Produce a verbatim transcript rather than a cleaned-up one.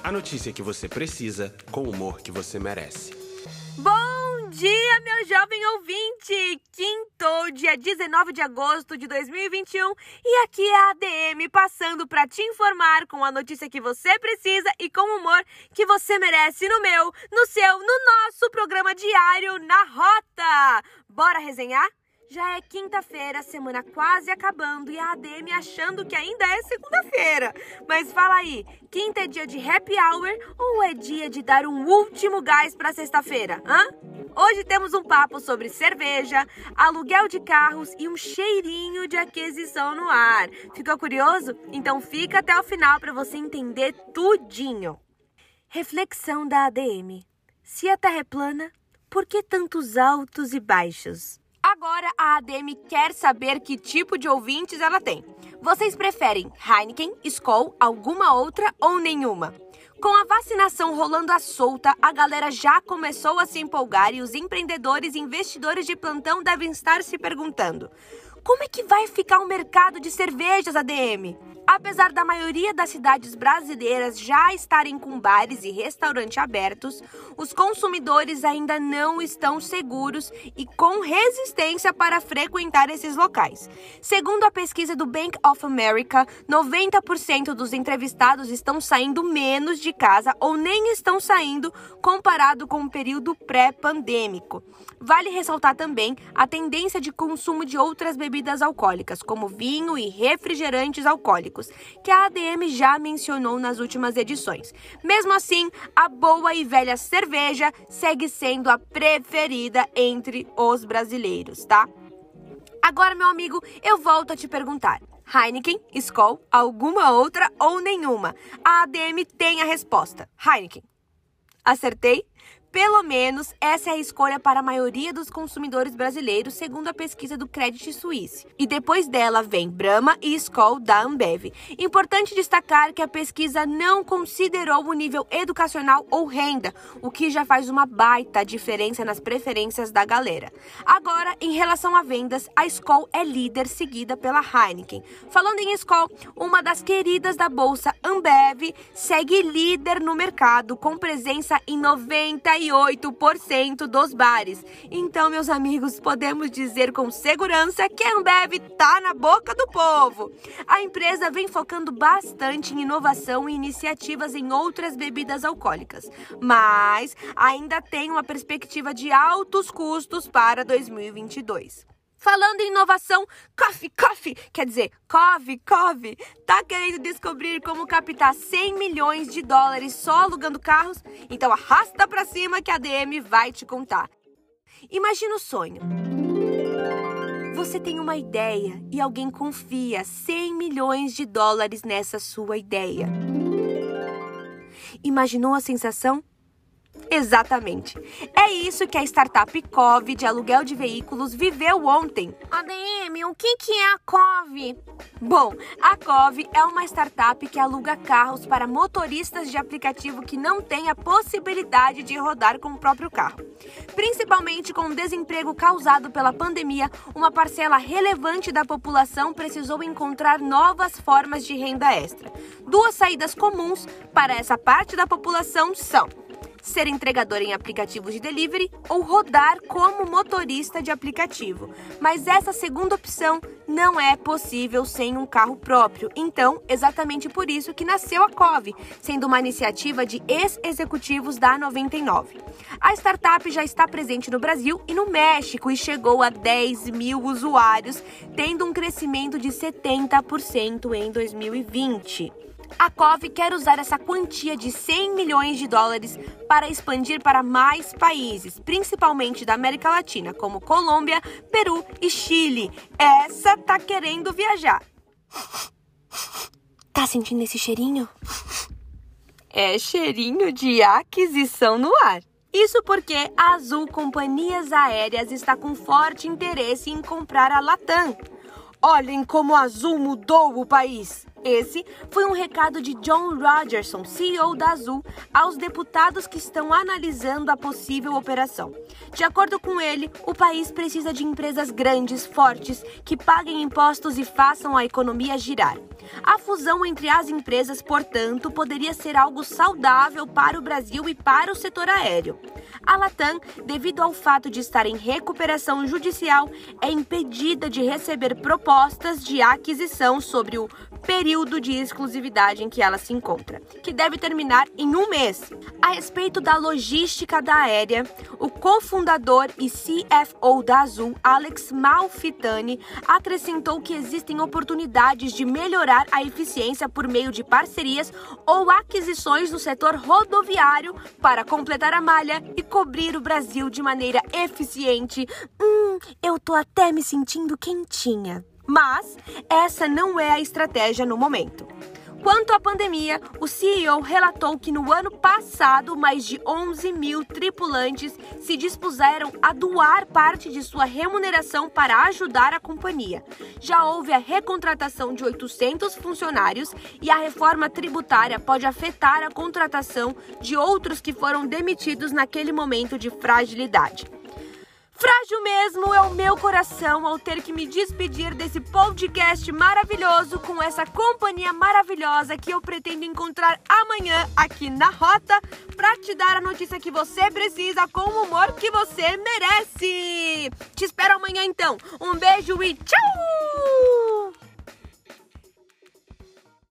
A notícia que você precisa, com o humor que você merece. Bom dia, meu jovem ouvinte! Quinto, dia dezenove de agosto de dois mil e vinte e um, e aqui é a A D M passando para te informar com a notícia que você precisa e com o humor que você merece no meu, no seu, no nosso programa diário Na Rota! Bora resenhar? Já é quinta-feira, semana quase acabando e a A D M achando que ainda é segunda-feira. Mas fala aí, quinta é dia de happy hour ou é dia de dar um último gás para sexta-feira, hã? Hoje temos um papo sobre cerveja, aluguel de carros e um cheirinho de aquisição no ar. Ficou curioso? Então fica até o final para você entender tudinho. Reflexão da A D M. Se a Terra é plana, por que tantos altos e baixos? Agora a A D M quer saber que tipo de ouvintes ela tem. Vocês preferem Heineken, Skol, alguma outra ou nenhuma? Com a vacinação rolando à solta, a galera já começou a se empolgar e os empreendedores e investidores de plantão devem estar se perguntando: como é que vai ficar o mercado de cervejas, A D M? Apesar da maioria das cidades brasileiras já estarem com bares e restaurantes abertos, os consumidores ainda não estão seguros e com resistência para frequentar esses locais. Segundo a pesquisa do Bank of America, noventa por cento dos entrevistados estão saindo menos de casa ou nem estão saindo comparado com o período pré-pandêmico. Vale ressaltar também a tendência de consumo de outras bebidas alcoólicas, como vinho e refrigerantes alcoólicos, que a A D M já mencionou nas últimas edições. Mesmo assim, a boa e velha cerveja segue sendo a preferida entre os brasileiros, tá? Agora, meu amigo, eu volto a te perguntar: Heineken, Skol, alguma outra ou nenhuma? A A D M tem a resposta: Heineken. Acertei? Pelo menos essa é a escolha para a maioria dos consumidores brasileiros, segundo a pesquisa do Credit Suisse. E depois dela vem Brahma e Skol da Ambev. Importante destacar que a pesquisa não considerou o nível educacional ou renda, o que já faz uma baita diferença nas preferências da galera. Agora, em relação a vendas, a Skol é líder, seguida pela Heineken. Falando em Skol, uma das queridas da bolsa, Ambev, segue líder no mercado, com presença em noventa e oito por cento dos bares. Então, meus amigos, podemos dizer com segurança que a Ambev tá na boca do povo. A empresa vem focando bastante em inovação e iniciativas em outras bebidas alcoólicas, mas ainda tem uma perspectiva de altos custos para dois mil e vinte e dois. Falando em inovação, Coffee, Coffee, quer dizer, Cove, Cove, tá querendo descobrir como captar cem milhões de dólares só alugando carros? Então arrasta pra cima que a A D M vai te contar. Imagina o sonho. Você tem uma ideia e alguém confia cem milhões de dólares nessa sua ideia. Imaginou a sensação? Exatamente. É isso que a startup Cove de aluguel de veículos viveu ontem. A D M, o que que é a Cove? Bom, a Cove é uma startup que aluga carros para motoristas de aplicativo que não têm a possibilidade de rodar com o próprio carro. Principalmente com o desemprego causado pela pandemia, uma parcela relevante da população precisou encontrar novas formas de renda extra. Duas saídas comuns para essa parte da população são ser entregador em aplicativos de delivery ou rodar como motorista de aplicativo. Mas essa segunda opção não é possível sem um carro próprio. Então, exatamente por isso que nasceu a Cove, sendo uma iniciativa de ex-executivos da noventa e nove. A startup já está presente no Brasil e no México e chegou a dez mil usuários, tendo um crescimento de setenta por cento em dois mil e vinte. A Cove quer usar essa quantia de cem milhões de dólares para expandir para mais países, principalmente da América Latina, como Colômbia, Peru e Chile. Essa tá querendo viajar. Tá sentindo esse cheirinho? É cheirinho de aquisição no ar. Isso porque a Azul Companhias Aéreas está com forte interesse em comprar a Latam. Olhem como a Azul mudou o país. Esse foi um recado de John Rogerson, C E O da Azul, aos deputados que estão analisando a possível operação. De acordo com ele, o país precisa de empresas grandes, fortes, que paguem impostos e façam a economia girar. A fusão entre as empresas, portanto, poderia ser algo saudável para o Brasil e para o setor aéreo. A Latam, devido ao fato de estar em recuperação judicial, é impedida de receber propostas de aquisição sobre o período de exclusividade em que ela se encontra, que deve terminar em um mês. A respeito da logística da aérea, o cofundador e C F O da Azul, Alex Malfitani, acrescentou que existem oportunidades de melhorar a eficiência por meio de parcerias ou aquisições no setor rodoviário para completar a malha e cobrir o Brasil de maneira eficiente. Hum, eu tô até me sentindo quentinha. Mas essa não é a estratégia no momento. Quanto à pandemia, o C E O relatou que no ano passado, mais de onze mil tripulantes se dispuseram a doar parte de sua remuneração para ajudar a companhia. Já houve a recontratação de oitocentos funcionários e a reforma tributária pode afetar a contratação de outros que foram demitidos naquele momento de fragilidade. Frágil mesmo é o meu coração ao ter que me despedir desse podcast maravilhoso com essa companhia maravilhosa que eu pretendo encontrar amanhã aqui na Rota para te dar a notícia que você precisa com o humor que você merece. Te espero amanhã então. Um beijo e tchau!